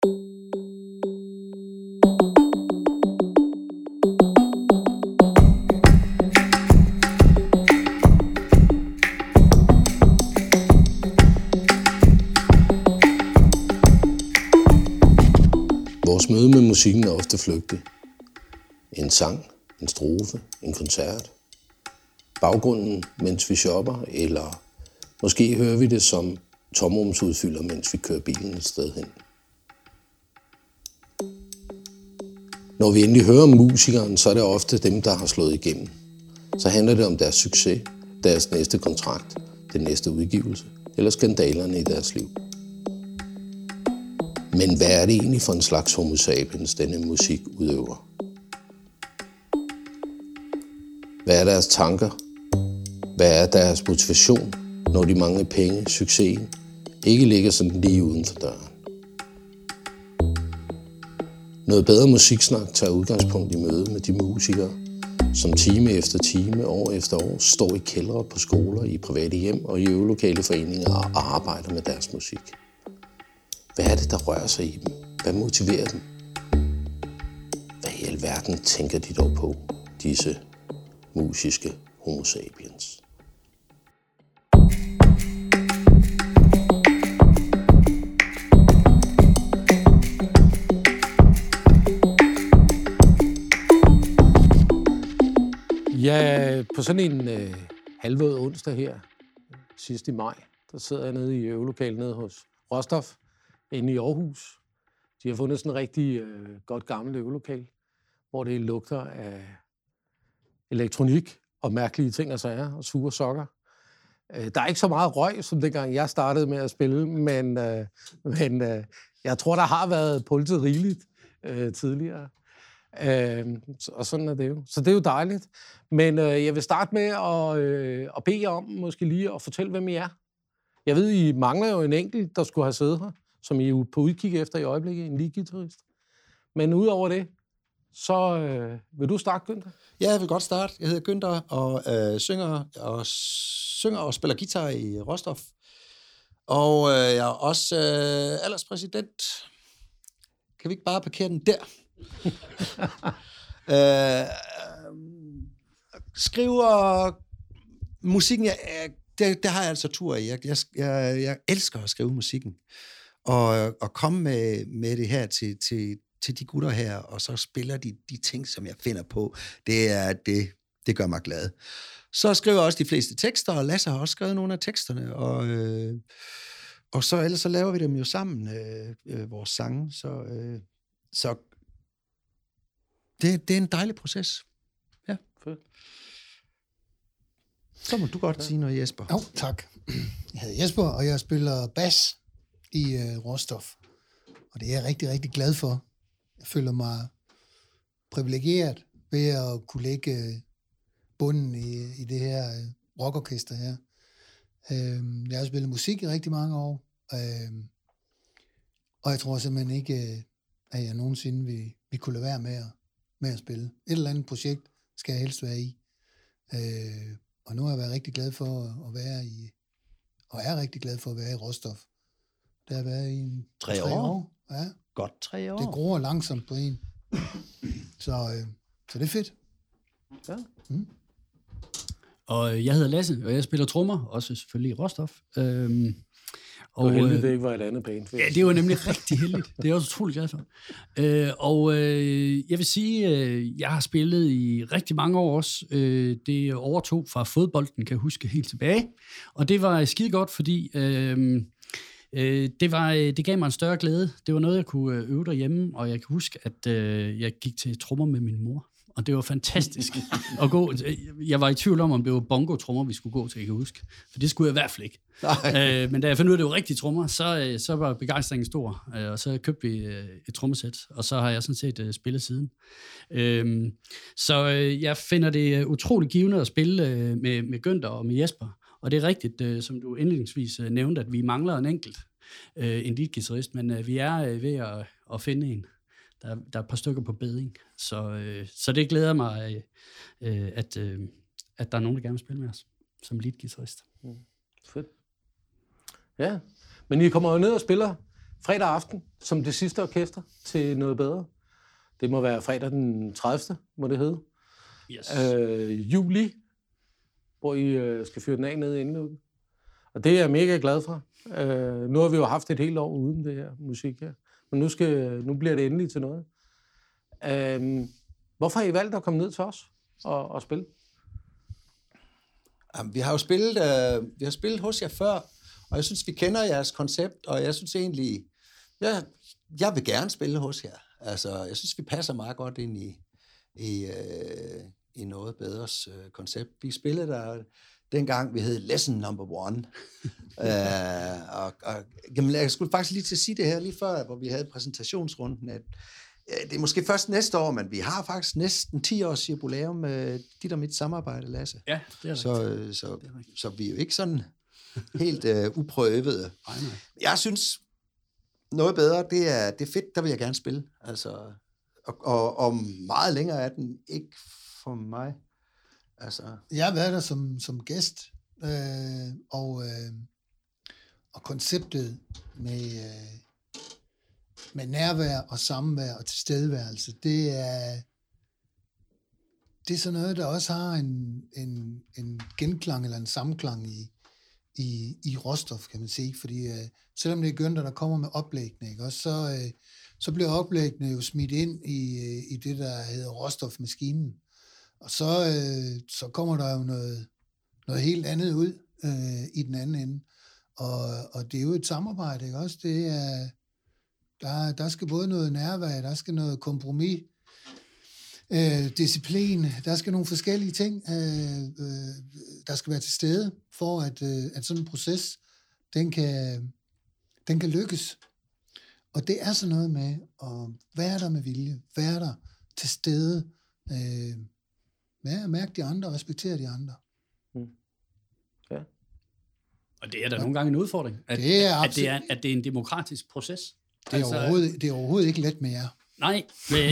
Vores møde med musikken er ofte flygtig. En sang, en strofe, en koncert. Baggrunden, mens vi shopper, eller måske hører vi det som tomrumsudfylder, mens vi kører bilen et sted hen. Når vi endelig hører om musikeren, så er det ofte dem, der har slået igennem. Så handler det om deres succes, deres næste kontrakt, den næste udgivelse, eller skandalerne i deres liv. Men hvad er det egentlig for en slags homo sapiens, denne musik udøver? Hvad er deres tanker? Hvad er deres motivation, når de mange penge, succesen, ikke ligger sådan lige uden for døren? Noget bedre musiksnak tager udgangspunkt i møde med de musikere, som time efter time, år efter år, står i kældre på skoler, i private hjem og i øvelokale foreninger og arbejder med deres musik. Hvad er det, der rører sig i dem? Hvad motiverer dem? Hvad i alverden tænker de dog på, disse musiske homo sapiens? Ja, på sådan en halvvåd onsdag her, sidst i maj, der sidder jeg nede i øvelokalet nede hos Rostov, inde i Aarhus. De har fundet sådan en rigtig godt gammelt øvelokal, hvor det lugter af elektronik og mærkelige ting og sager og sure sokker. Der er ikke så meget røg, som dengang jeg startede med at spille, men jeg tror, der har været pulset rigeligt tidligere. Og sådan er det jo. Så det er jo dejligt. Men jeg vil starte med at bede jer om måske lige at fortælle, hvem I er. Jeg ved, I mangler jo en enkelt, der skulle have siddet her, som I er jo på udkig efter i øjeblikket, en lead-guitarist. Men udover det, så vil du starte, Günther? Ja, jeg vil godt starte. Jeg hedder Günther og synger og spiller guitar i Rostov. Og jeg er også alderspræsident. Kan vi ikke bare parkere den der? Skriver musikken, det har jeg altså tur i. Jeg elsker at skrive musikken. Og komme med det her til de gutter her, og så spiller de ting, som jeg finder på. Det gør mig glad. Så skriver jeg også de fleste tekster, og Lasse har også skrevet nogle af teksterne, og så ellers så laver vi dem jo sammen, vores sange. Så det er en dejlig proces. Ja. Fedt. Så må du godt sige noget, Jesper. Jo, tak. Jeg hedder Jesper, og jeg spiller bas i Rostov. Og det er jeg rigtig, rigtig glad for. Jeg føler mig privilegeret ved at kunne lægge bunden i det her rockorkester her. Jeg har spillet musik i rigtig mange år, og jeg tror simpelthen ikke, at jeg nogensinde vil kunne lade være med at spille. Et eller andet projekt skal jeg helst være i. Og nu har jeg været rigtig glad for at være i, og er rigtig glad for at være i Rostov. Det har været i 3 år. Ja. Godt 3 år. Det gror langsomt på en. Så det er fedt. Ja. Mm. Og jeg hedder Lasse, og jeg spiller trommer, også selvfølgelig i Rostov. Og heldigt, det ikke var et andet band. Ja, det var nemlig rigtig heldigt. Det er jeg også utrolig glad for. Jeg vil sige, jeg har spillet i rigtig mange år også. Det overtog fra fodbolden, kan jeg huske, helt tilbage. Og det var skide godt, fordi det gav mig en større glæde. Det var noget, jeg kunne øve derhjemme, og jeg kan huske, at jeg gik til trommer med min mor. Og det var fantastisk at gå. Jeg var i tvivl om det var bongo-trommer, vi skulle gå til, jeg kan huske. For det skulle jeg i hvert fald ikke. Men da jeg fandt ud af, at det var rigtige trommer, så var begejstringen stor. Og så købte vi et trommesæt, og så har jeg sådan set spillet siden. Så jeg finder det utrolig givende at spille med Günther og med Jesper. Og det er rigtigt, som du indledningsvis nævnte, at vi mangler en enkelt, en lead-guitarist, men vi er ved at finde en. Der er et par stykker på beding, så det glæder mig, at der er nogen, der gerne vil spille med os som lead-guitarist. Fedt. Ja, men I kommer jo ned og spiller fredag aften som det sidste orkester til Noget Bedre. Det må være fredag den 30. må det hedde. Yes. Juli, hvor I skal fyre den af nede inden. Og det er jeg mega glad for. Nu har vi jo haft et helt år uden det her musik her. Men nu bliver det endelig til noget. Hvorfor har I valgt at komme ned til os og spille? Jamen, vi har spillet hos jer før, og jeg synes, vi kender jeres koncept, og jeg synes egentlig, jeg vil gerne spille hos jer. Altså, jeg synes, vi passer meget godt ind i Noget Bedres koncept. Vi spillede der dengang, vi hed Lesson Number 1. Jamen, jeg skulle faktisk lige til at sige det her lige før, hvor vi havde præsentationsrunden, at det er måske først næste år, men vi har faktisk næsten 10 års jubilæum med dit og mit samarbejde, Lasse. Ja, det er rigtigt. Så vi er jo ikke sådan helt uprøvede. Nej. Jeg synes, Noget Bedre, det er fedt, der vil jeg gerne spille. Altså, og meget længere er den ikke for mig. Altså. Jeg har været der som gæst, og konceptet med nærvær og samvær og tilstedeværelse, det er sådan noget, der også har en genklang eller en samklang i Rostov, kan man sige. Fordi selvom det er Günther, der kommer med oplæggene, ikke, også, så bliver oplæggene jo smidt ind i det, der hedder Rostov-maskinen. Og så kommer der jo noget helt andet ud i den anden ende. Og det er jo et samarbejde, ikke også? Det er, der skal både noget nærvær, der skal noget kompromis, disciplin, der skal nogle forskellige ting, der skal være til stede, for at sådan en proces, den kan lykkes. Og det er sådan noget med at være der med vilje, være der til stede, mærke de andre og respektere de andre. Ja. Og det er da nogle gange en udfordring, at det er en demokratisk proces. Det er overhovedet ikke let med jer. Nej,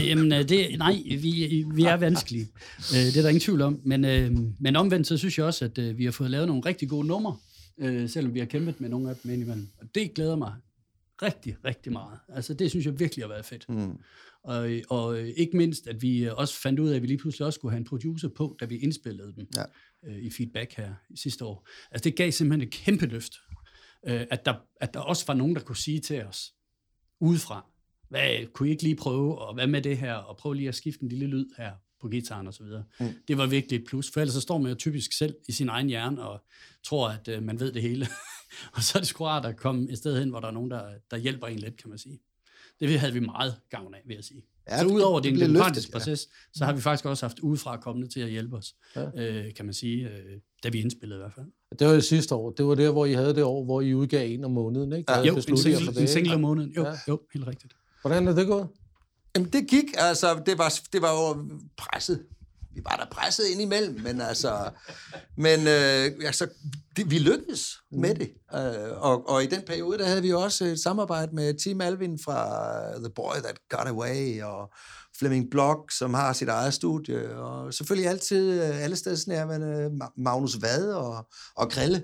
vi er vanskelige. Det er der ingen tvivl om. Men omvendt, så synes jeg også, at vi har fået lavet nogle rigtig gode numre, selvom vi har kæmpet med nogle af dem indimellem. Og det glæder mig rigtig, rigtig meget. Altså, det synes jeg virkelig har været fedt. Og ikke mindst, at vi også fandt ud af, at vi lige pludselig også skulle have en producer på, da vi indspillede dem i feedback her sidste år. Altså, det gav simpelthen et kæmpe løft, at der også var nogen, der kunne sige til os udefra, kunne I ikke lige prøve, og hvad med det her, og prøve lige at skifte en lille lyd her på gitaren og så videre. Det var virkelig et plus, for ellers så står man jo typisk selv i sin egen hjerne, og tror, at man ved det hele. Og så er det sgu rart at komme et sted hen, hvor der er nogen, der hjælper en lidt, kan man sige. Det havde vi meget gavn af, vil jeg sige. Ja, så udover det en demokratisk proces, så har vi faktisk også haft udefra kommende til at hjælpe os, kan man sige, da vi indspillede i hvert fald. Det var jo sidste år. Det var der, hvor I havde det år, hvor I udgav en om måneden, ikke? Jo, en single om måneden. Jo, helt rigtigt. Hvordan er det gået? Jamen, det gik, altså, det var jo presset. Vi var der presset indimellem, men vi lykkedes med det. Og i den periode, der havde vi jo også et samarbejde med Tim Alvin fra The Boy That Got Away, og Flemming Block, som har sit eget studie, og selvfølgelig altid allestedsnærværende Magnus Vad og Grille.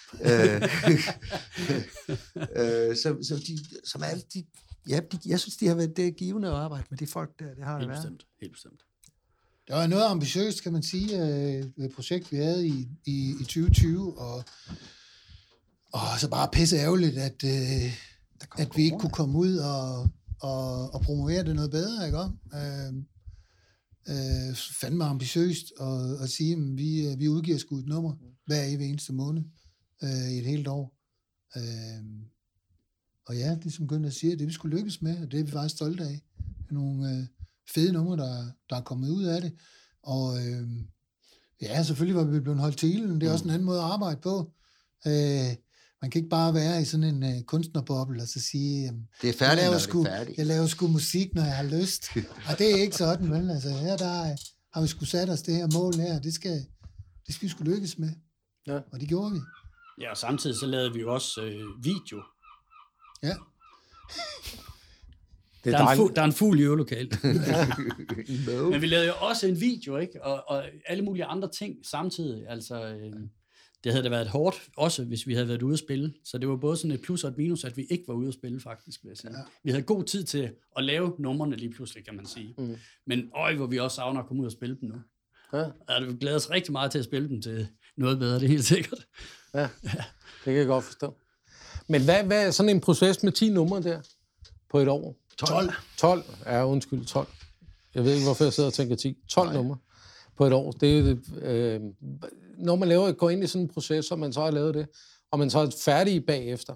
Jeg synes, det har været givende at arbejde med de folk der. Det har det været. Helt bestemt. Det var noget ambitiøst, kan man sige, et projekt, vi havde i 2020, og så bare pisse ærgerligt, at vi ikke kunne komme ud og promovere det noget bedre, ikke om? Fandme ambitiøst at sige, at vi udgiver sgu et nummer hver eneste måned i et helt år. Og ja, det som Günther siger, det vi skulle lykkes med, og det er vi faktisk stolte af. Nogle fede numre, der er kommet ud af det. Og selvfølgelig var vi blevet holdt til ilden. Det er også en anden måde at arbejde på. Man kan ikke bare være i sådan en kunstnerboble og så sige, det er færdigt, når det er færdigt. Jeg laver sgu musik, når jeg har lyst. Og det er ikke sådan, vel? Altså, her der har vi sgu sat os det her mål her, det skal vi sgu lykkes med. Ja. Og det gjorde vi. Ja, og samtidig så lavede vi jo også video. Ja. Der er en fugl i øvelokalet. Men vi lavede jo også en video, ikke? Og alle mulige andre ting samtidig. Altså, det havde da været hårdt, også hvis vi havde været ude at spille. Så det var både sådan et plus og et minus, at vi ikke var ude at spille, faktisk, vil jeg sige. Ja. Vi havde god tid til at lave numrene lige pludselig, kan man sige. Men hvor vi også savner at komme ud og spille dem nu. Ja, vi glæder os rigtig meget til at spille dem til noget bedre, det er helt sikkert. Ja, det kan jeg godt forstå. Men hvad er sådan en proces med 10 numre der på et år? 12? Ja, undskyld, 12. Jeg ved ikke, hvorfor jeg sidder og tænker 10. 12 numre på et år. Det er, når man går ind i sådan en proces, og man så har lavet det, og man så er færdig bagefter,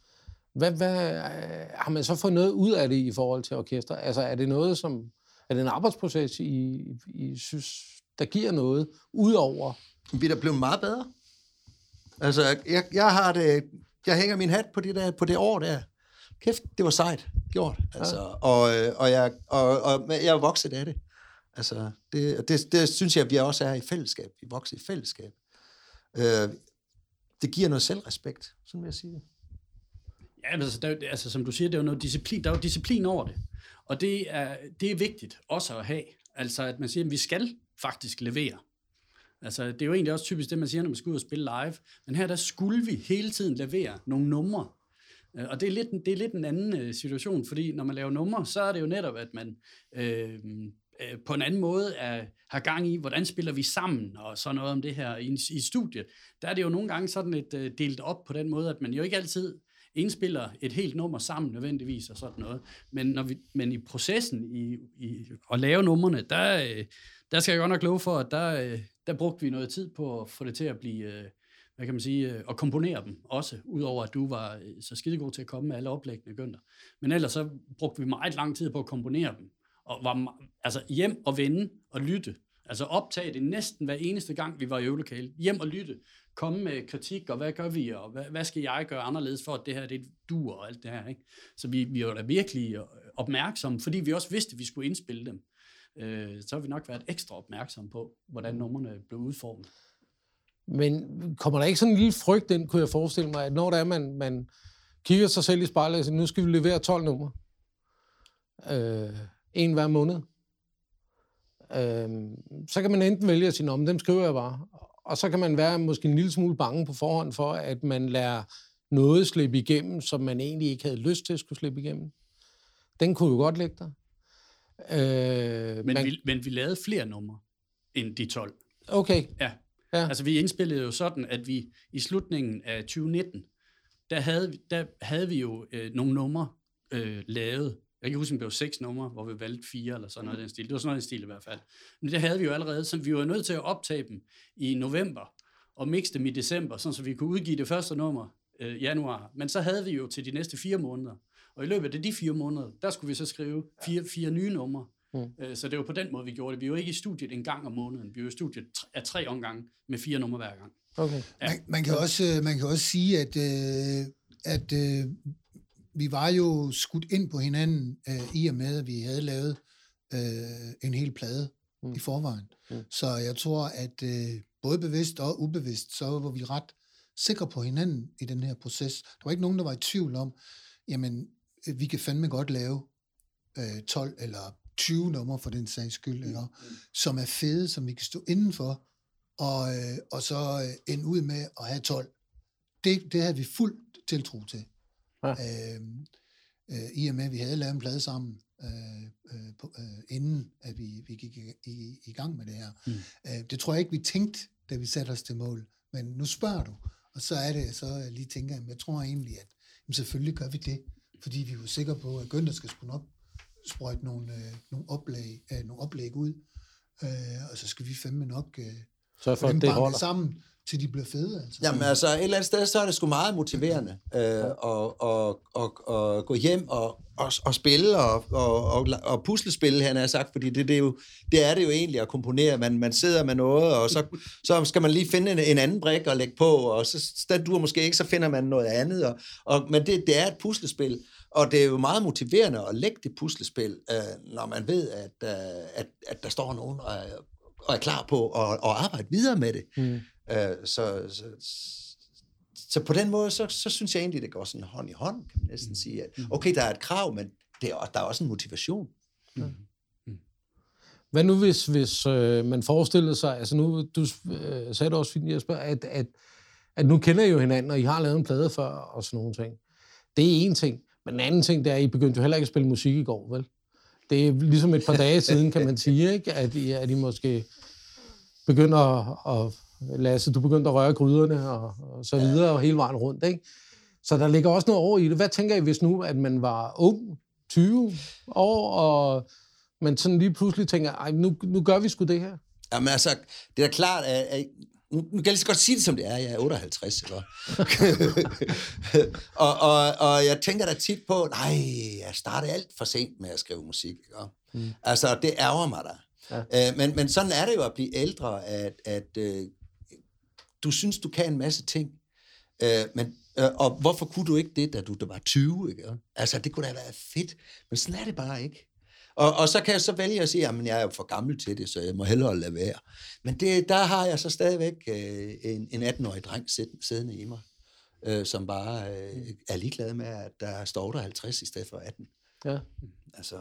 har man så fået noget ud af det i forhold til orkester? Altså, er det noget, er det en arbejdsproces, I synes, der giver noget, udover? Vi er da blevet meget bedre. Altså, jeg hænger min hat på det år der. Kæft, det var sejt gjort. Altså, og jeg er vokset af det. Altså, det synes jeg, vi også er i fællesskab. Vi vokser i fællesskab. Det giver noget selvrespekt, sådan vil jeg sige det. Ja, men som du siger, det er jo noget disciplin. Der er jo disciplin over det. Og det er vigtigt også at have. Altså, at man siger, at vi skal faktisk levere. Altså, det er jo egentlig også typisk det, man siger, når man skal ud og spille live. Men her, der skulle vi hele tiden levere nogle numre. Og det er lidt en anden situation, fordi når man laver numre, så er det jo netop, at man på en anden måde har gang i, hvordan spiller vi sammen, og sådan noget om det her i studiet. Der er det jo nogle gange sådan et delt op på den måde, at man jo ikke altid indspiller et helt nummer sammen nødvendigvis og sådan noget. Men i processen i at lave numrene, der skal jeg godt nok love for, at der brugte vi noget tid på at få det til at blive, hvad kan man sige, at komponere dem også, udover at du var så skidegod til at komme med alle oplæggende, Günther. Men ellers så brugte vi meget lang tid på at komponere dem, og var altså hjem og vende og lytte. Altså optage det næsten hver eneste gang, vi var i øvelokalet. Hjem og lytte. Komme med kritik, og hvad gør vi, og hvad skal jeg gøre anderledes for, at det her det duer og alt det her. Ikke? Så vi var da virkelig opmærksomme, fordi vi også vidste, at vi skulle indspille dem. Så har vi nok været ekstra opmærksomme på, hvordan numrene blev udformet. Men kommer der ikke sådan en lille frygt ind, kunne jeg forestille mig, at når der er, man kigger sig selv i spejlet og siger, nu skal vi levere 12 numre. En hver måned. Så kan man enten vælge at sige, om dem skriver jeg bare. Og så kan man være måske en lille smule bange på forhånd for, at man lader noget slippe igennem, som man egentlig ikke havde lyst til at skulle slippe igennem. Den kunne jo godt ligge der. Men vi lavede flere numre end de 12. Okay. Ja. Altså vi indspillede jo sådan, at vi i slutningen af 2019, der havde vi jo nogle numre lavet. Jeg kan huske, at det var 6 numre, hvor vi valgte 4 eller sådan noget i den stil. Det var sådan noget i stil i hvert fald. Men det havde vi jo allerede, så vi var nødt til at optage dem i november og mixe dem i december, så vi kunne udgive det første nummer januar. Men så havde vi jo til de næste 4 måneder. Og i løbet af de 4 måneder, der skulle vi så skrive 4 nye numre. Så det var på den måde, vi gjorde det. Vi var ikke i studiet en gang om måneden. Vi var i studiet af 3 omgange med 4 numre hver gang. Okay. Ja. Man kan også sige, at vi var jo skudt ind på hinanden i og med, at vi havde lavet en hel plade i forvejen. Så jeg tror, at både bevidst og ubevidst, så var vi ret sikre på hinanden i den her proces. Der var ikke nogen, der var i tvivl om, jamen, vi kan fandme godt lave 12 eller 20 numre for den sags skyld, ikke? Som er fede, som vi kan stå indenfor, og så ende ud med at have 12. Det havde vi fuld tiltro til. Ja. I og med, at vi havde lavet en plade sammen, inden at vi gik i gang med det her. Det tror jeg ikke, vi tænkte, da vi satte os til mål. Men nu spørger du, og så er det, så lige tænker jeg tror egentlig, at selvfølgelig gør vi det, fordi vi er jo sikre på, at Günther skal sgu nok sprøjte nogle oplæg ud, og så skal vi fandme nok så for det holder sammen, til de bliver fede. Altså. Jamen altså, et eller andet sted, så er det sgu meget motiverende at gå hjem og spille og puslespille, han har sagt, fordi det er det jo egentlig at komponere. Man sidder med noget, og så skal man lige finde en anden brik og lægge på, og så den duer måske ikke, så finder man noget andet. Men det er et puslespil, og det er jo meget motiverende at lægge det puslespil, når man ved, at der står nogen og er klar på at arbejde videre med det. Så på den måde, så synes jeg egentlig, det går sådan hånd i hånd, kan man næsten sige. At, okay, der er et krav, men der er også en motivation. Hvad nu, hvis man forestillede sig, altså nu, du sagde det også fint, Jesper, at at nu kender I jo hinanden, og I har lavet en plade før, og sådan nogle ting. Det er en ting. Men den anden ting, det er, at I begyndte jo heller ikke at spille musik i går, vel? Det er ligesom et par dage siden, kan man sige, ikke? At I måske begynder at... Lasse, du begyndte at røre gryderne og så videre, og hele vejen rundt, ikke? Så der ligger også noget over i det. Hvad tænker I, hvis nu, at man var ung, 20 år, og man sådan lige pludselig tænker, ej, nu gør vi sgu det her? Jamen altså, det er da klart, at nu kan jeg lige så godt sige det, som det er. Jeg er 58, eller? og jeg tænker da tit på, nej, jeg startede alt for sent med at skrive musik. Ikke? Altså, det ærger mig da. Ja. Men sådan er det jo at blive ældre, at du synes, du kan en masse ting. Og hvorfor kunne du ikke det, da du var 20? Ikke? Altså, det kunne da være fedt. Men sådan er det bare ikke. Og så kan jeg så vælge at sige, at jeg er jo for gammel til det, så jeg må hellere lade være. Men der har jeg så stadigvæk en 18-årig dreng siddende i mig, som bare er ligeglad med, at der står 58 i stedet for 18. Ja. Altså,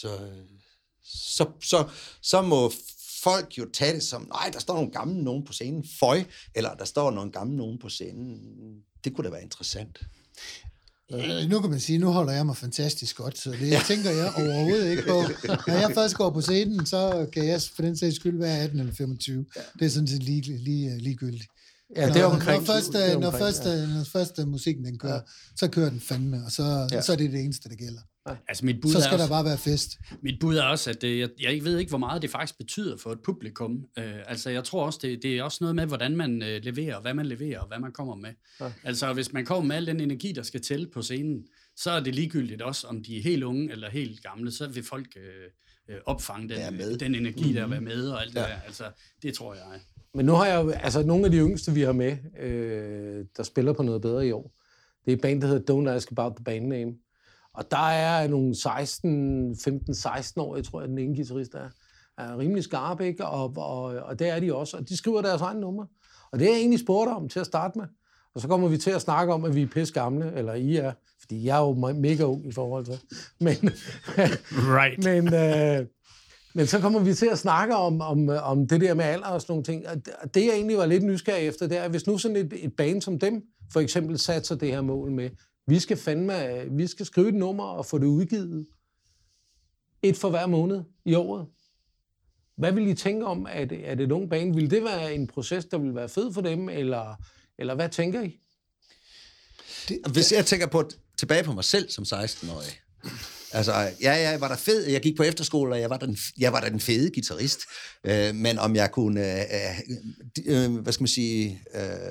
så må folk jo tage det som, nej, der står nogle gamle nogen på scenen, føj, eller der står nogle gamle nogen på scenen. Det kunne da være interessant. Nu kan man sige, nu holder jeg mig fantastisk godt, så det tænker jeg overhovedet ikke på. Når jeg først går på scenen, så kan jeg for den sags skyld være 18 eller 25. Det er sådan set ligegyldigt. Ja, det er omkring. Når først musikken den kører, så kører den fandme, og så er det det eneste, der gælder. Altså mit bud så skal der bare være fest. Mit bud er også, at jeg ved ikke, hvor meget det faktisk betyder for et publikum. Altså jeg tror også, det er også noget med, hvordan man leverer, og hvad man leverer, og hvad man kommer med. Ja. Altså hvis man kommer med al den energi, der skal til på scenen, så er det ligegyldigt også, om de er helt unge eller helt gamle, så vil folk opfange den energi, der er med, og alt det der. Altså det tror jeg. Men nu har jeg jo, altså nogle af de yngste, vi har med, der spiller på noget bedre i år, det er et band, der hedder Don't Ask About the Band Name. Og der er nogle 15-16-årige, tror jeg, den ene guitarist er rimelig skarp, ikke? Og det er de også. Og de skriver deres egne numre. Og det er jeg egentlig spurgt om til at starte med. Og så kommer vi til at snakke om, at vi er pisse gamle, eller I er, fordi jeg er jo mega ung i forhold til. Men så kommer vi til at snakke om det der med alder og sådan nogle ting. Og det, jeg egentlig var lidt nysgerrig efter, det er, at hvis nu sådan et band som dem, for eksempel satser det her mål med, vi skal skrive et nummer og få det udgivet. Et for hver måned i året. Hvad vil I tænke om, at et ungt band? Vil det være en proces, der vil være fed for dem, eller hvad tænker I? Hvis jeg tænker tilbage på mig selv som 16-årig, altså, jeg var da fed, jeg gik på efterskole, og jeg var da den fede guitarist, men om jeg kunne, hvad skal man sige,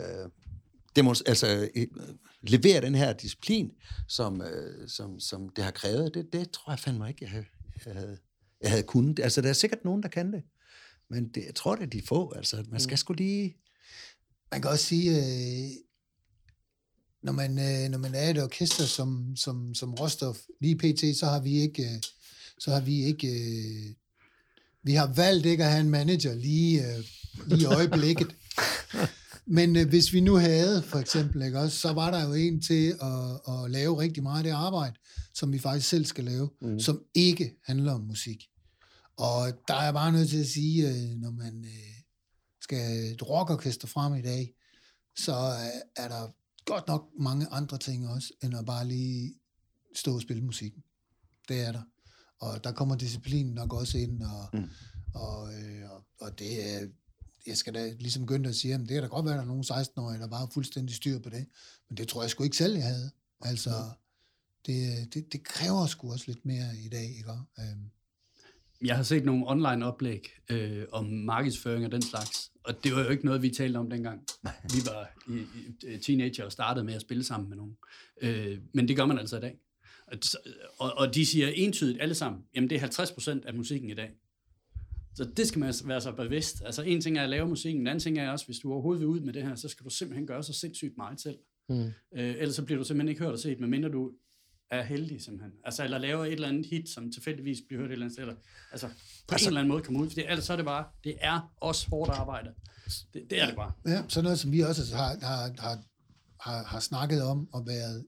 levere den her disciplin, som det har krævet, det tror jeg fandme ikke, jeg havde kunnet. Altså, der er sikkert nogen, der kan det, men jeg tror, det er de få. Altså, man skal sgu lige... Man kan også sige, når man er et orkester som Rostov, lige pt, så har vi ikke vi har valgt ikke at have en manager lige i øjeblikket. Men hvis vi nu havde, for eksempel, ikke, også, så var der jo en til at lave rigtig meget af det arbejde, som vi faktisk selv skal lave, som ikke handler om musik. Og der er bare nødt til at sige, når man skal et rockorkester frem i dag, så er der godt nok mange andre ting også, end at bare lige stå og spille musikken. Det er der. Og der kommer disciplinen nok også ind, og det er... Jeg skal da ligesom begynde at sige, at det kan da godt være, at der er nogle 16-årige, der bare har fuldstændig styr på det. Men det tror jeg sgu ikke selv, jeg havde. Altså, det kræver sgu også lidt mere i dag, ikke? Jeg har set nogle online-oplæg om markedsføring og den slags, og det var jo ikke noget, vi talte om dengang. Vi var teenager og startede med at spille sammen med nogen. Men det gør man altså i dag. Og de siger entydigt alle sammen, jamen det er 50% af musikken i dag. Så det skal man være så bevidst. Altså en ting er at lave musikken, en anden ting er også, hvis du overhovedet vil ud med det her, så skal du simpelthen gøre så sindssygt meget selv. Ellers så bliver du simpelthen ikke hørt og set, medmindre du er heldig simpelthen. Altså eller laver et eller andet hit, som tilfældigvis bliver hørt et eller andet sted. Altså på en eller anden måde komme ud. For ellers så er det bare, det er også hårdt arbejde. Det er det bare. Ja, sådan noget som vi også har snakket om og været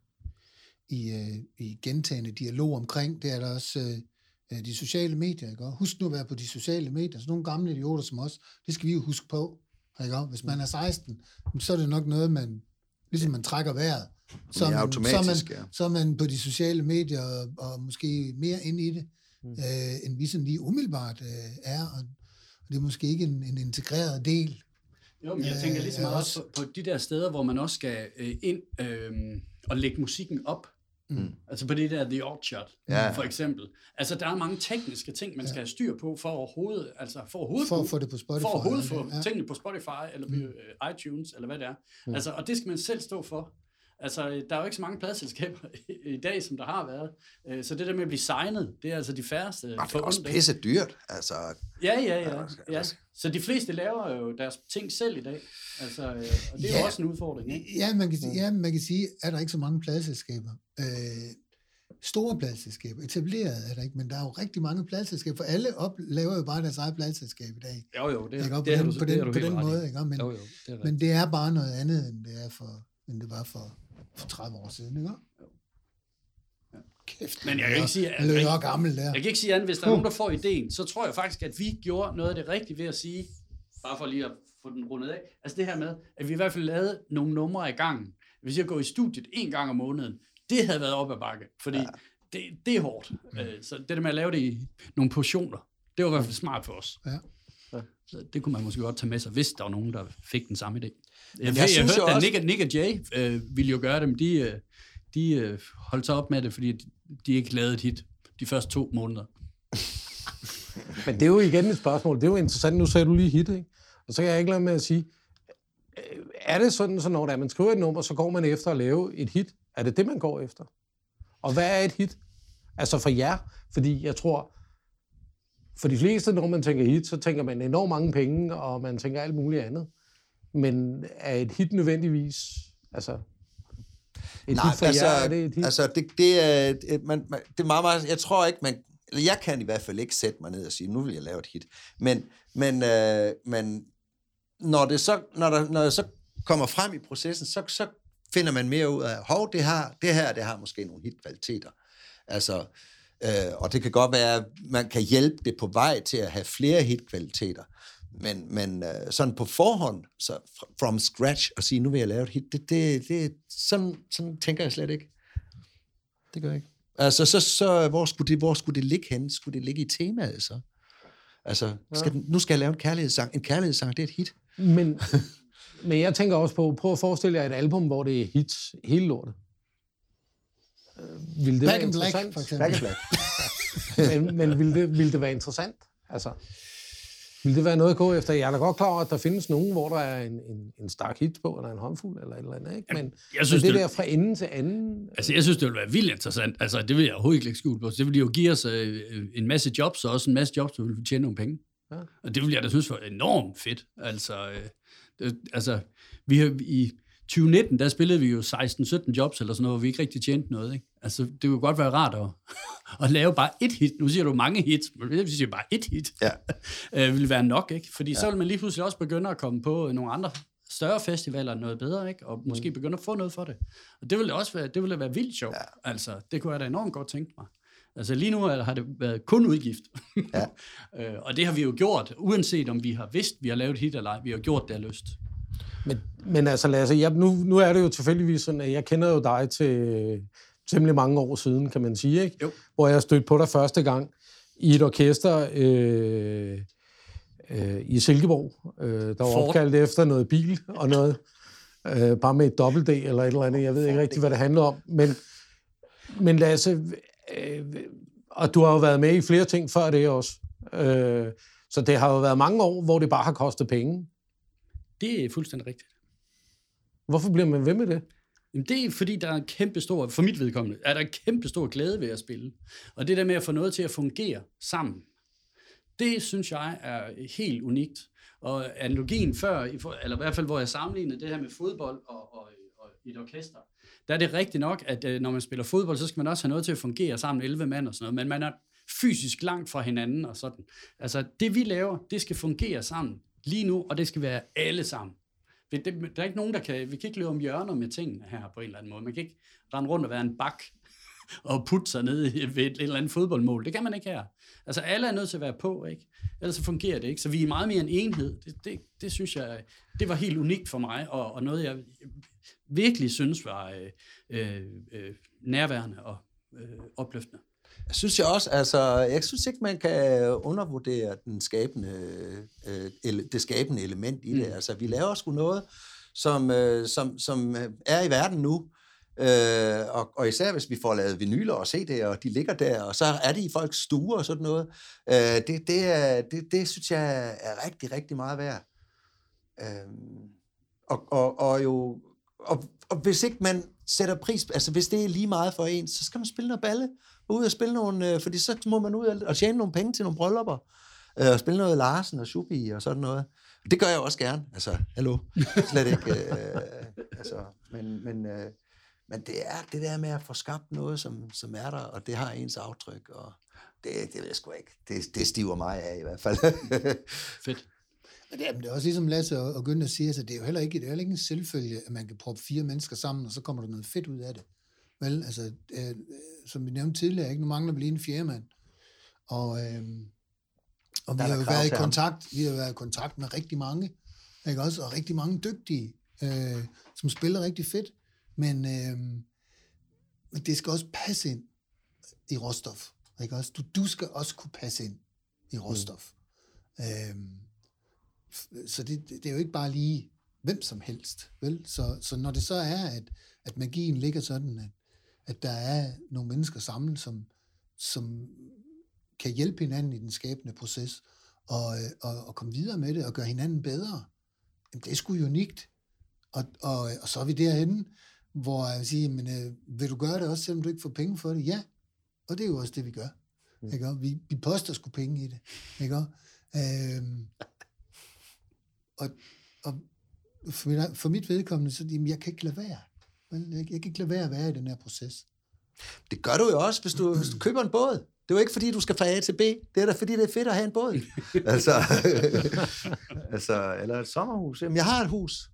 i gentagende dialog omkring, det er der også... de sociale medier, ikke? Husk nu at være på de sociale medier. Så nogle gamle idioter som os, det skal vi jo huske på. Ikke? Hvis man er 16, så er det nok noget, man, ligesom man trækker vejret. Så er man på de sociale medier og måske mere ind i det, end vi sådan lige umiddelbart er. Og det er måske ikke en integreret del. Jo, men jeg tænker lige så meget også på de der steder, hvor man også skal ind og lægge musikken op. Altså på det der The Odd Shot, for eksempel. Altså der er mange tekniske ting, man skal have styr på for overhovedet, for at få det på Spotify. For overhovedet få tingene på Spotify, eller på iTunes, eller hvad det er. Altså, og det skal man selv stå for. Altså, der er jo ikke så mange pladeselskaber i dag, som der har været. Så det der med at blive signet, det er altså de færreste. Det er også pisse dyrt. Altså, ja. Så de fleste laver jo deres ting selv i dag. Altså, og det er jo også en udfordring, ikke? Man kan sige, at der ikke så mange pladeselskaber. Store pladeselskaber. Etableret er der ikke, men der er jo rigtig mange pladeselskaber, for alle laver jo bare deres eget pladeselskab i dag. Jo, det er på den måde, ikke? Men det er bare noget andet, end det var for 30 år siden, ikke? Kæft, men jeg kan ikke sige, jeg kan ikke sige andet, hvis der er nogen, der får ideen, så tror jeg faktisk, at vi gjorde noget af det rigtige ved at sige, bare for lige at få den rundet af, altså det her med, at vi i hvert fald lavede nogle numre i gangen. Hvis jeg går i studiet 1 gang om måneden, det havde været op ad bakke, fordi det er hårdt. Så det der med at lave det i nogle portioner, det var i hvert fald smart for os. Ja. Så det kunne man måske godt tage med sig, hvis der var nogen, der fik den samme idé. Jeg hørte, at Nick og Jay ville jo gøre det, men de holdt sig op med det, fordi de ikke lavede et hit de første 2 måneder. Men det er jo igen et spørgsmål. Det er jo interessant. Nu sagde du lige hit, ikke? Og så kan jeg ikke lade med at sige, er det sådan, så når man skriver et nummer, så går man efter at lave et hit? Er det det, man går efter? Og hvad er et hit? Altså for jer, fordi jeg tror, for de fleste, når man tænker hit, så tænker man enormt mange penge, og man tænker alt muligt andet. Men er et hit nødvendigvis, altså... Nej, altså, jer, er det et hit? Altså, det er meget, jeg tror ikke, jeg kan i hvert fald ikke sætte mig ned og sige, nu vil jeg lave et hit. Men når det så kommer frem i processen, så finder man mere ud af, det har måske nogle hitkvaliteter. Altså, og det kan godt være, at man kan hjælpe det på vej til at have flere hitkvaliteter. Men sådan på forhånd, så from scratch, og sige, nu vil jeg lave et hit, det sådan tænker jeg slet ikke. Det gør jeg ikke. Altså, så hvor skulle det ligge henne? Skulle det ligge i temaet, så? Altså, nu skal jeg lave en kærlighedssang. En kærlighedssang, det er et hit. Men jeg tænker også på, prøv at forestille jer et album, hvor det er hits hele lortet. Vil det Back være interessant? Black, for eksempel. men vil det være interessant? Altså, vil det være noget at gå efter? Jeg er da godt klar over, at der findes nogen, hvor der er en stark hit på, eller en håndfuld, eller et eller andet, ikke? Men jeg synes, det der fra ende til anden... Altså, jeg synes, det ville være vildt interessant. Altså, det vil jeg overhovedet ikke lægge skjul på. Det ville jo give os en masse jobs, og også en masse jobs, der ville tjene nogle penge. Ja. Og det ville jeg da synes var enormt fedt. Altså, vi har i 2019, der spillede vi jo 16-17 jobs, eller sådan noget, hvor vi ikke rigtig tjente noget, ikke? Altså, det kunne godt være rart at lave bare et hit. Nu siger du mange hits, men hvis jeg siger bare et hit, ville være nok, ikke? Fordi så vil man lige pludselig også begynde at komme på nogle andre større festivaler, noget bedre, ikke? Og måske begynde at få noget for det. Og det ville også være vildt sjovt. Ja. Altså, det kunne jeg da enormt godt tænke mig. Altså lige nu har det været kun udgift. Ja. Og det har vi jo gjort, uanset om vi har vidst, vi har lavet hit eller ej. Vi har gjort det af lyst. Men altså Lasse, nu er det jo tilfældigvis sådan, at jeg kender jo dig til temmelig mange år siden, kan man sige, ikke? Jo. Hvor jeg stødte på dig første gang i et orkester i Silkeborg, der var opkaldt efter noget bil og noget, bare med et dobbelt D eller et eller andet. Jeg ved ikke rigtig, hvad det handler om. Men Lasse, og du har jo været med i flere ting før det også. Så det har jo været mange år, hvor det bare har kostet penge. Det er fuldstændig rigtigt. Hvorfor bliver man ved med det? Jamen det er fordi, der er en kæmpe stor, for mit vedkommende, er der en kæmpe stor glæde ved at spille. Og det der med at få noget til at fungere sammen, det synes jeg er helt unikt. Og analogien før, eller i hvert fald hvor jeg sammenlignede det her med fodbold og et orkester, der er det rigtigt nok, at når man spiller fodbold, så skal man også have noget til at fungere sammen, 11 mand og sådan noget, men man er fysisk langt fra hinanden og sådan. Altså det vi laver, det skal fungere sammen lige nu, og det skal være alle sammen. Der er ikke nogen, vi kan ikke løbe om hjørner med tingene her på en eller anden måde. Man kan ikke rende rundt og være en bak og putte sig ned ved et eller andet fodboldmål. Det kan man ikke her. Altså, alle er nødt til at være på, ikke? Ellers så fungerer det ikke. Så vi er meget mere en enhed. Det synes jeg, det var helt unikt for mig, og noget, jeg virkelig synes var nærværende og opløftende. Jeg synes også, altså, jeg synes ikke, man kan undervurdere det skabende element i det. Altså, vi laver sgu noget, som er i verden nu, og især hvis vi får lavet vinyler og CD'er, og de ligger der, og så er de i folks stuer og sådan noget. Det synes jeg er rigtig, rigtig meget værd. Og hvis ikke man sætter pris, altså hvis det er lige meget for en, så skal man spille noget balle, og ud og spille nogle, fordi så må man ud og tjene nogle penge til nogle bryllupper, og spille noget Larsen og Schubi og sådan noget. Det gør jeg også gerne, altså, hallo, slet ikke, men det er det der med at få skabt noget, som er der, og det har ens aftryk, og det ved jeg sgu ikke, det stiver mig af i hvert fald. Fedt. Men det er også ligesom Lasse og Günther siger, så det er jo heller ikke en selvfølge, at man kan proppe 4 mennesker sammen, og så kommer der noget fedt ud af det. Vel, altså, som vi nævnte tidligere, ikke? Nu mangler vi lige en 4. mand. Og vi har jo været i kontakt med rigtig mange, ikke også? Og rigtig mange dygtige, som spiller rigtig fedt. Men det skal også passe ind i Rostov, ikke også? Du skal også kunne passe ind i Rostov. Så det er jo ikke bare lige hvem som helst, vel? Så når det så er, at magien ligger sådan, at der er nogle mennesker samlet, som kan hjælpe hinanden i den skabende proces, og komme videre med det, og gøre hinanden bedre, jamen, det er sgu unikt. Og så er vi derhenne, hvor jeg siger, men vil du gøre det også, selvom du ikke får penge for det? Ja, og det er jo også det, vi gør. Ikke? Vi poster sgu penge i det. Ikke? Og for mit vedkommende, så jamen, jeg kan ikke lade være. Jeg kan ikke lade være at være i den her proces. Det gør du jo også, hvis du køber en båd. Det er jo ikke, fordi du skal fra A til B. Det er da, fordi det er fedt at have en båd. Eller et sommerhus. Jamen, jeg har et hus.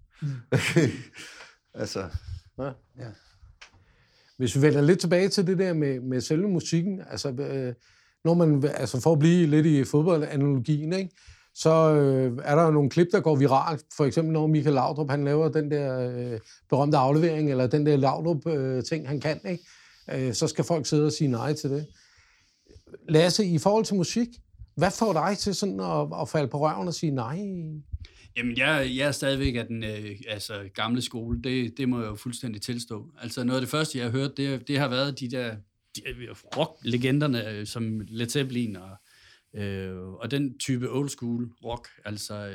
Ja. Hvis vi vender lidt tilbage til det der med selve musikken, altså, når man, altså for at blive lidt i fodboldanalogien, ikke? Så er der jo nogle klip, der går viralt. For eksempel når Michael Laudrup, han laver den der berømte aflevering, eller den der Laudrup-ting, han kan, ikke? Så skal folk sidde og sige nej til det. Lasse, i forhold til musik, hvad får dig til sådan at falde på røven og sige nej? Jamen, jeg er stadigvæk af den gamle skole. Det må jeg jo fuldstændig tilstå. Altså, noget af det første, jeg har hørt, det har været de rock-legenderne, som Led Zeppelin og den type old school rock. Altså,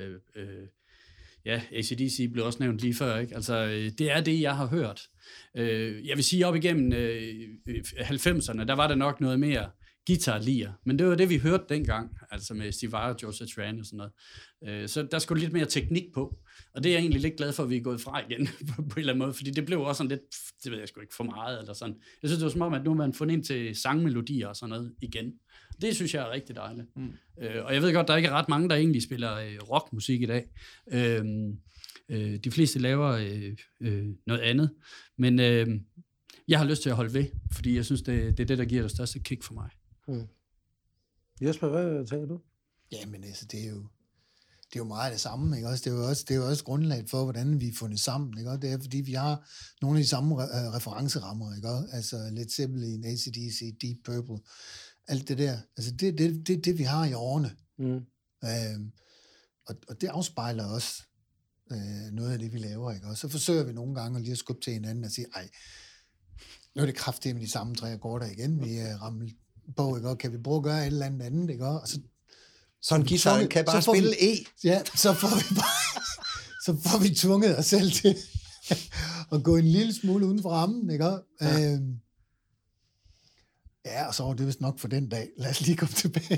AC/DC blev også nævnt lige før, ikke? Altså, det er det, jeg har hørt. Jeg vil sige, op igennem 90'erne, der var der nok noget mere guitar-lier, men det var det, vi hørte dengang, altså med Steve Vai og Joe Satriani og sådan noget. Så der skulle lidt mere teknik på, og det er jeg egentlig lidt glad for, at vi er gået fra igen, på en eller anden måde, fordi det blev også sådan lidt, det ved jeg sgu ikke, for meget, eller sådan. Jeg synes, det var som om, at nu er man fundet ind til sangmelodier og sådan noget igen. Det synes jeg er rigtig dejligt. Og jeg ved godt, der ikke er ret mange, der egentlig spiller rockmusik i dag. De fleste laver noget andet, men jeg har lyst til at holde ved, fordi jeg synes, det er det, der giver det største kick for mig. Jesper, hvad tænker du? Jamen, altså, det er jo meget det samme, ikke også? Det er jo også grundlaget for, hvordan vi er fundet sammen, ikke også? Det er, fordi vi har nogle af de samme referencerammer, ikke også? Altså Led Zeppelin, AC/DC, Deep Purple, alt det der. Altså, det vi har i årene. Og det afspejler også noget af det, vi laver, ikke også? Så forsøger vi nogle gange lige at skubbe til hinanden og sige, ej, nu er det kraftigt med de samme 3 akkorder igen, vi rammer på, ikke? Og kan vi prøve at gøre et eller andet, ikke? Og så en guitar kan bare spille E. Ja, så får vi tvunget os selv til at gå en lille smule uden for rammen, ikke? Ja, og så var det vist nok for den dag. Lad os lige komme tilbage.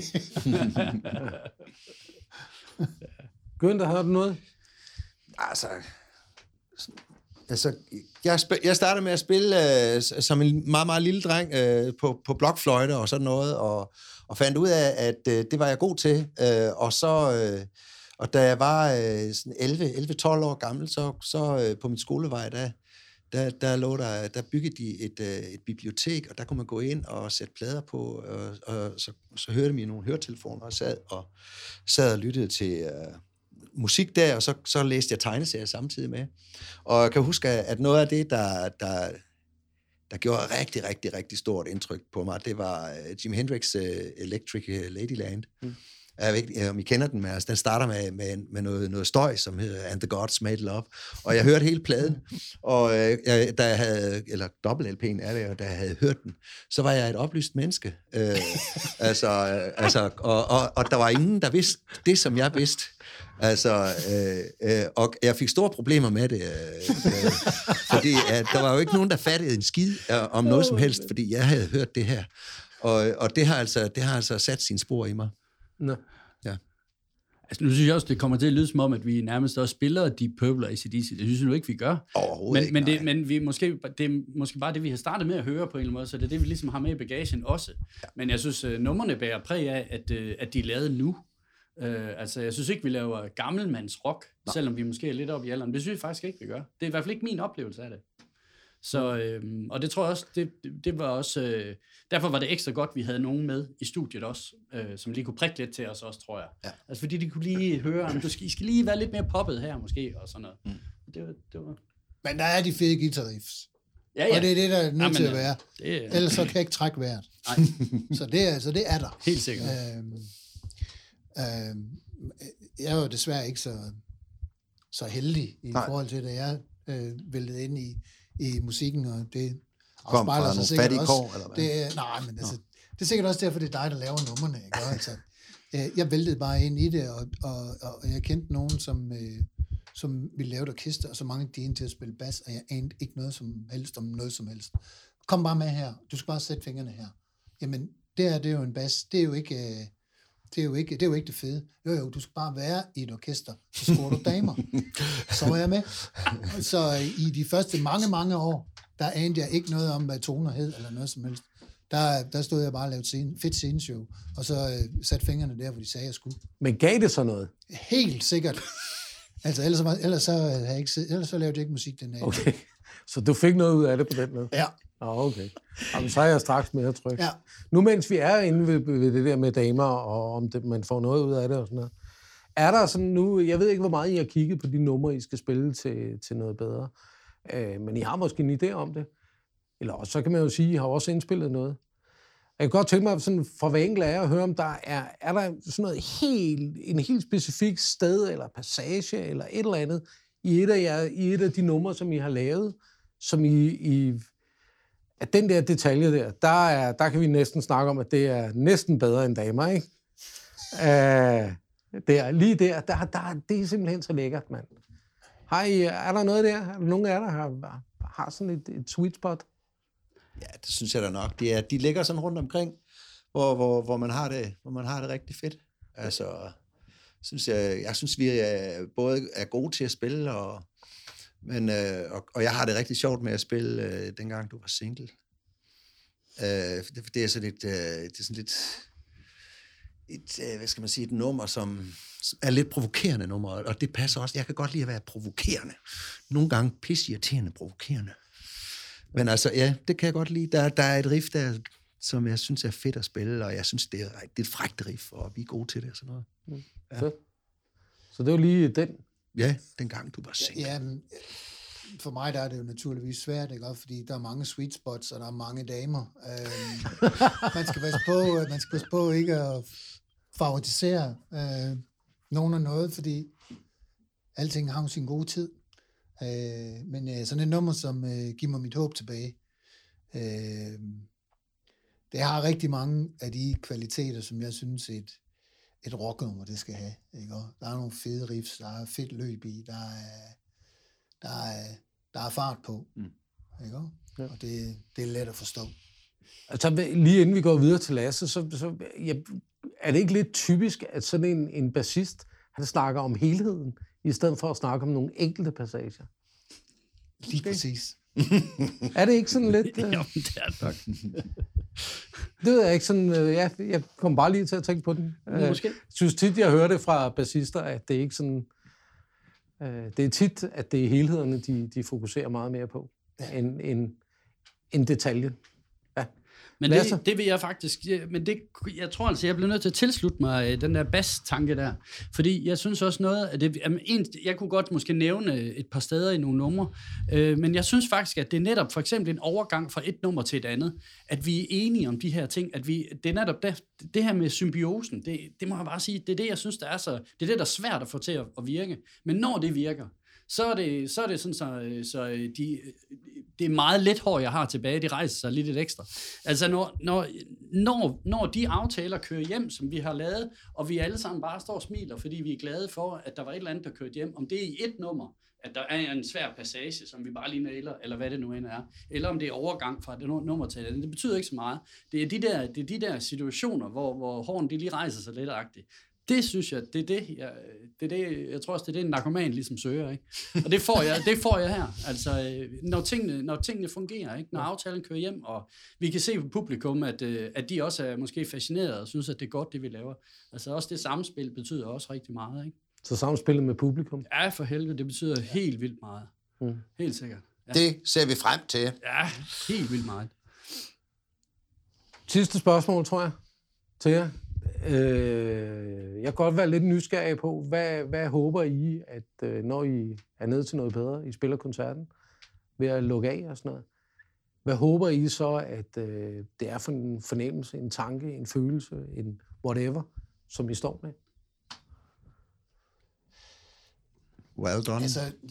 Günther, har du noget? Altså, jeg startede med at spille som en meget, meget lille dreng på blokfløjte og sådan noget, og fandt ud af, at det var jeg god til. Og da jeg var sådan 11-12 år gammel, så på min skolevej, der byggede de et bibliotek, og der kunne man gå ind og sætte plader på, og så hørte vi nogle høretelefoner, og sad og lyttede til musik der, og så læste jeg tegneserier samtidig med. Og jeg kan huske, at noget af det, der gjorde rigtig, rigtig, rigtig stort indtryk på mig, det var Jimi Hendrix' Electric Ladyland. Jeg ved ikke, om I kender den, men altså, den starter med noget støj, som hedder And the Gods Made Love. Og jeg hørte hele pladen, og da jeg havde, eller dobbelt-LP'en er det, og da jeg havde hørt den, så var jeg et oplyst menneske. Og der var ingen, der vidste det, som jeg vidste. Og jeg fik store problemer med det, fordi der var jo ikke nogen, der fattede en skid om noget som helst, fordi jeg havde hørt det her. Og det har altså sat sine spor i mig. Nå. Ja. Altså, nu synes jeg også, det kommer til at lyde som om, at vi nærmest også spiller Deep Purple og AC/DC. Det synes jeg nu ikke, vi gør. Men det er måske bare det, vi har startet med at høre på en eller anden måde, så det er det, vi ligesom har med i bagagen også. Ja. Men jeg synes, numrene bærer præg af, at de er lavet nu. Altså, jeg synes ikke, vi laver gammelmands rock, selvom vi måske er lidt oppe i alderen. Det synes jeg faktisk ikke, vi gør. Det er i hvert fald ikke min oplevelse af det. Så, og det tror jeg også, det var også, derfor var det ekstra godt, vi havde nogen med i studiet også, som lige kunne prikke lidt til os også, tror jeg. Ja. Altså fordi de kunne lige høre, I skal lige være lidt mere poppet her måske, og sådan noget. Det var... Men der er de fede guitar-riffs. Ja. Og det er det, der er nødt til at være. Ellers så kan jeg ikke trække vejret. Så det er der. Helt sikkert. Jeg er jo desværre ikke så heldig i forhold til, at jeg væltede ind i musikken, og det afspejler sig sikkert også. Det er sikkert også derfor, det er dig, der laver numrene. Ikke? Altså, jeg væltede bare ind i det, og jeg kendte nogen, som ville lave et orkester, og så mange de ind til at spille bas, og jeg anede ikke noget som helst om noget som helst. Kom bare med her. Du skal bare sætte fingrene her. Jamen, det er jo en bas. Det er jo ikke det fede. Jo, du skal bare være i et orkester, så scorer du damer. Så var jeg med. Så i de første mange år, der anede jeg ikke noget om, hvad toner hed, eller noget som helst. Der stod jeg bare og lavede fedt sceneshow, og så satte fingrene der, hvor de sagde, jeg skulle. Men gav det så noget? Helt sikkert. Altså, ellers så lavede jeg ikke musik den dag. Okay, så du fik noget ud af det på den måde? Ja. Okay. Jamen, så er jeg straks mere tryg. Ja. Nu mens vi er inde ved det der med damer, og om det, man får noget ud af det og sådan noget, er der sådan nu, jeg ved ikke, hvor meget I har kigget på de numre, I skal spille til noget bedre, men I har måske en idé om det. Eller også, så kan man jo sige, at I har også indspillet noget. Jeg kan godt tænke mig sådan, fra hver enkelt af jer at høre, om der er der sådan noget en helt specifik sted, eller passage, eller et eller andet, i et af de numre, som I har lavet, som at den der detalje der kan vi næsten snakke om, at det er næsten bedre end damer, ikke? Lige der, det er simpelthen så lækkert, mand. Er der noget der? Er der nogen af jer, der har sådan et sweet spot? Ja, det synes jeg da nok. De ligger sådan rundt omkring, hvor man har det rigtig fedt. Altså, jeg synes vi både er gode til at spille, og jeg har det rigtig sjovt med at spille, dengang du var single. Det er sådan lidt hvad skal man sige, et nummer, som er lidt provokerende nummer, og det passer også. Jeg kan godt lide at være provokerende. Nogle gange pisseirriterende provokerende. Men altså, ja, det kan jeg godt lide. Der er et riff der, som jeg synes er fedt at spille, og jeg synes, det er et frækt riff, og vi er gode til det og sådan noget. Ja. Så det var lige den? Ja, dengang du var single. Ja, for mig der er det jo naturligvis svært, ikke? Fordi der er mange sweet spots, og der er mange damer. Man skal passe på ikke at favorisere nogen og noget, fordi alting har jo sin gode tid. Men sådan et nummer, som giver mig mit håb tilbage, det har rigtig mange af de kvaliteter, som jeg synes et rocknummer, det skal have. Ikke? Der er nogle fede riffs, der er fedt løb i, der er fart på. Ikke? Ja. Og det er let at forstå. Altså, lige inden vi går videre til Lasse, er det ikke lidt typisk, at sådan en bassist, han snakker om helheden, i stedet for at snakke om nogle enkelte passager? Lige præcis. Er det ikke sådan lidt? Jo, det er det nok. Det ved jeg ikke sådan. Jeg kom bare lige til at tænke på den. Måske. Jeg synes tit, jeg hører det fra bassister, at det ikke sådan. Det er tit, at det er helhederne, de fokuserer meget mere på. en detalje. Ja. Men det vil jeg faktisk, jeg tror altså, jeg bliver nødt til at tilslutte mig den der bass-tanke der, fordi jeg synes også noget af det, jeg kunne godt måske nævne et par steder i nogle numre, men jeg synes faktisk, at det er netop for eksempel en overgang fra et nummer til et andet, at vi er enige om de her ting, det er netop det her med symbiosen, det må jeg bare sige, det er det, jeg synes, det er der er svært at få til at virke, men når det virker, så er det sådan, så det er meget let hår, jeg har tilbage, det rejser sig lidt ekstra. Altså, når de aftaler kører hjem, som vi har lavet, og vi alle sammen bare står og smiler, fordi vi er glade for, at der var et eller andet, der kørte hjem, om det er i et nummer, at der er en svær passage, som vi bare lige nailer, eller hvad det nu end er, eller om det er overgang fra det nummer til det. Det betyder ikke så meget. Det er de der situationer, hvor hårene de lige rejser sig lidt-agtigt. Det synes jeg, det er det, jeg tror også, det er det, en narkoman ligesom søger, ikke? Og det får jeg her. Altså, når tingene fungerer, ikke? Når aftalen kører hjem, og vi kan se på publikum, at de også er måske fascinerede og synes, at det er godt, det vi laver. Altså også det samspil betyder også rigtig meget, ikke? Så samspillet med publikum? Ja, for helvede, det betyder helt vildt meget. Helt sikkert. Ja. Det ser vi frem til. Ja, helt vildt meget. Sidste spørgsmål, tror jeg, til jer. Jeg kan godt være lidt nysgerrig på, hvad håber I, at når I er nede til noget bedre, I spiller koncerten, ved at lukke af og sådan noget, hvad håber I så, at det er for en fornemmelse, en tanke, en følelse, en whatever, som I står med? Well done.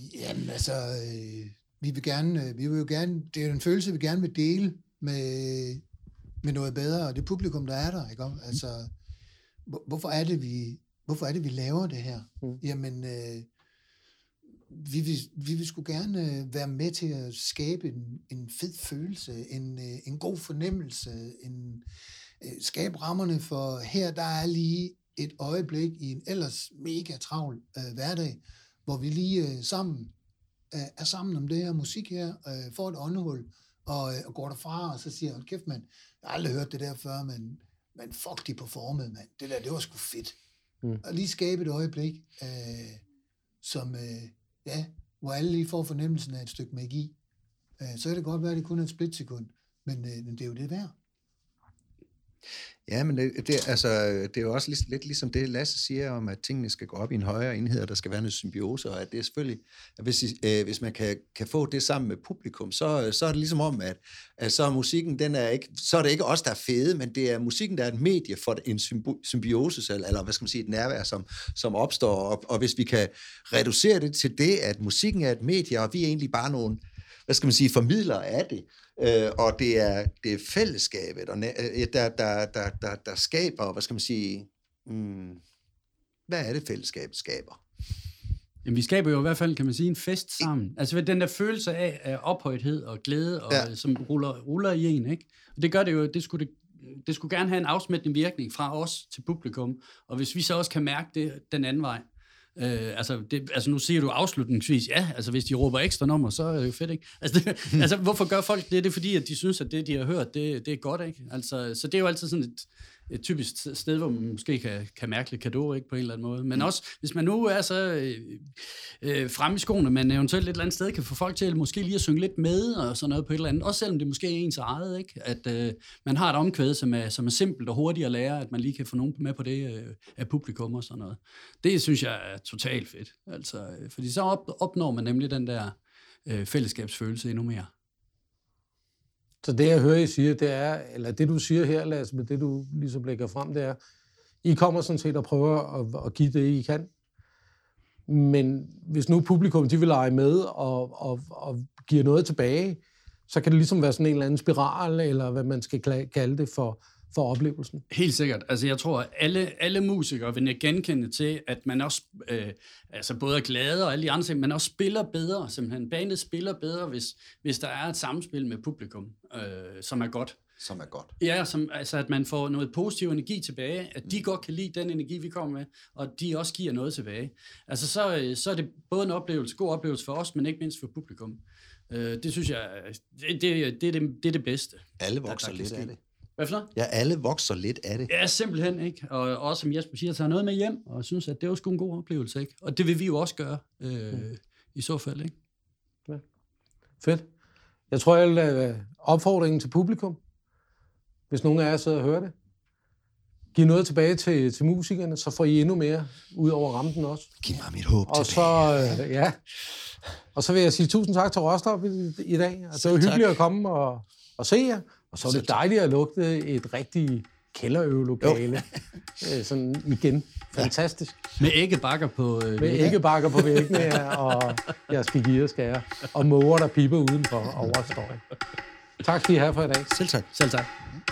Vi vil jo gerne, det er en følelse, vi gerne vil dele med noget bedre, og det publikum, der er der, ikke? Altså, hvorfor er det, vi laver det her? Jamen, vi vil sgu gerne være med til at skabe en fed følelse, en god fornemmelse, skabe rammerne for her, der er lige et øjeblik i en ellers mega travl hverdag, hvor vi lige sammen er sammen om det her musik her, får et åndehul, og går derfra, og så siger, hold kæft, mand, jeg har aldrig hørt det der før, men fuck, de performede, mand. Det var sgu fedt. Og lige skabe et øjeblik, hvor alle lige får fornemmelsen af et stykke magi. Så kan det godt være, at det kun er et splitsekund, men det er jo det værd. Ja, men det er jo også lidt ligesom det, Lasse siger om, at tingene skal gå op i en højere enhed, og der skal være noget symbiose, og at det er selvfølgelig, at hvis man kan få det sammen med publikum, så er det ligesom om, at så er musikken, så er det ikke os, der er fede, men det er musikken, der er et medie for en symbiose, eller hvad skal man sige, et nærvær, som opstår, og hvis vi kan reducere det til det, at musikken er et medie, og vi er egentlig bare nogle, hvad skal man sige, formidlere af det, og det er fællesskabet, og der skaber, hvad skal man sige, hvad er det fællesskabet skaber? Jamen, vi skaber jo i hvert fald, kan man sige, en fest sammen. Altså den der følelse af ophøjthed og glæde, og, som ruller i en, ikke? Og det gør det jo, det skulle gerne have en afsmittende virkning fra os til publikum, og hvis vi så også kan mærke det den anden vej. Altså nu siger du afslutningsvis, ja, altså hvis de råber ekstra nummer, så er det jo fedt, ikke? Altså hvorfor gør folk det? Det er fordi, at de synes, at det, de har hørt, det er godt, ikke? Altså, så det er jo altid sådan et typisk sted, hvor man måske kan mærke lidt cadeau, ikke, på en eller anden måde. Men også, hvis man nu er så fremme i skoene, man eventuelt et eller andet sted kan få folk til at måske lige at synge lidt med, og sådan noget på et eller andet, også selvom det måske er ens eget, ikke? At man har et omkvæd, som er simpelt og hurtigt at lære, at man lige kan få nogen med på det af publikum og sådan noget. Det synes jeg er totalt fedt. Altså, fordi så opnår man nemlig den der fællesskabsfølelse endnu mere. Så det, jeg hører, I siger, det er, eller det, du siger her, Lasse, med det, du ligesom lægger frem, det er, I kommer sådan set og prøver at give det, I kan. Men hvis nu publikum, de vil lege med og giver noget tilbage, så kan det ligesom være sådan en eller anden spiral, eller hvad man skal kalde det for oplevelsen. Helt sikkert. Altså jeg tror, at alle musikere vil genkende til, at man også både er glade og alle de andre ting, man også spiller bedre, simpelthen. Bandet spiller bedre, hvis der er et samspil med publikum, som er godt. Som er godt. Ja, at man får noget positiv energi tilbage, at de godt kan lide den energi, vi kommer med, og de også giver noget tilbage. Altså så er det både en god oplevelse for os, men ikke mindst for publikum. Det synes jeg, det er det bedste. Alle vokser lidt af det. Hvad for noget? Ja, alle vokser lidt af det. Ja, simpelthen, ikke? Og også, som Jesper siger, tager noget med hjem, og synes, at det er jo sgu en god oplevelse, ikke? Og det vil vi jo også gøre, i så fald, ikke? Ja. Fedt. Jeg tror, jeg vil lade opfordringen til publikum, hvis nogen af jer sidder og hører det. Giv noget tilbage til musikerne, så får I endnu mere ud over rampen også. Giv mig mit håb og tilbage. Så, ja. Og så vil jeg sige tusind tak til Rostof i dag. Altså, det var hyggeligt at komme og se jer. Og så er det dejligt at lugte et rigtig kælderøvelokale. Sådan igen. Fantastisk. Med æggebakker på... Med æggebakker på væggene, ja, og jeg skal give jer skære. Og måger, der piper udenfor overstår. Tak skal I have for i dag. Selv tak. Selv tak.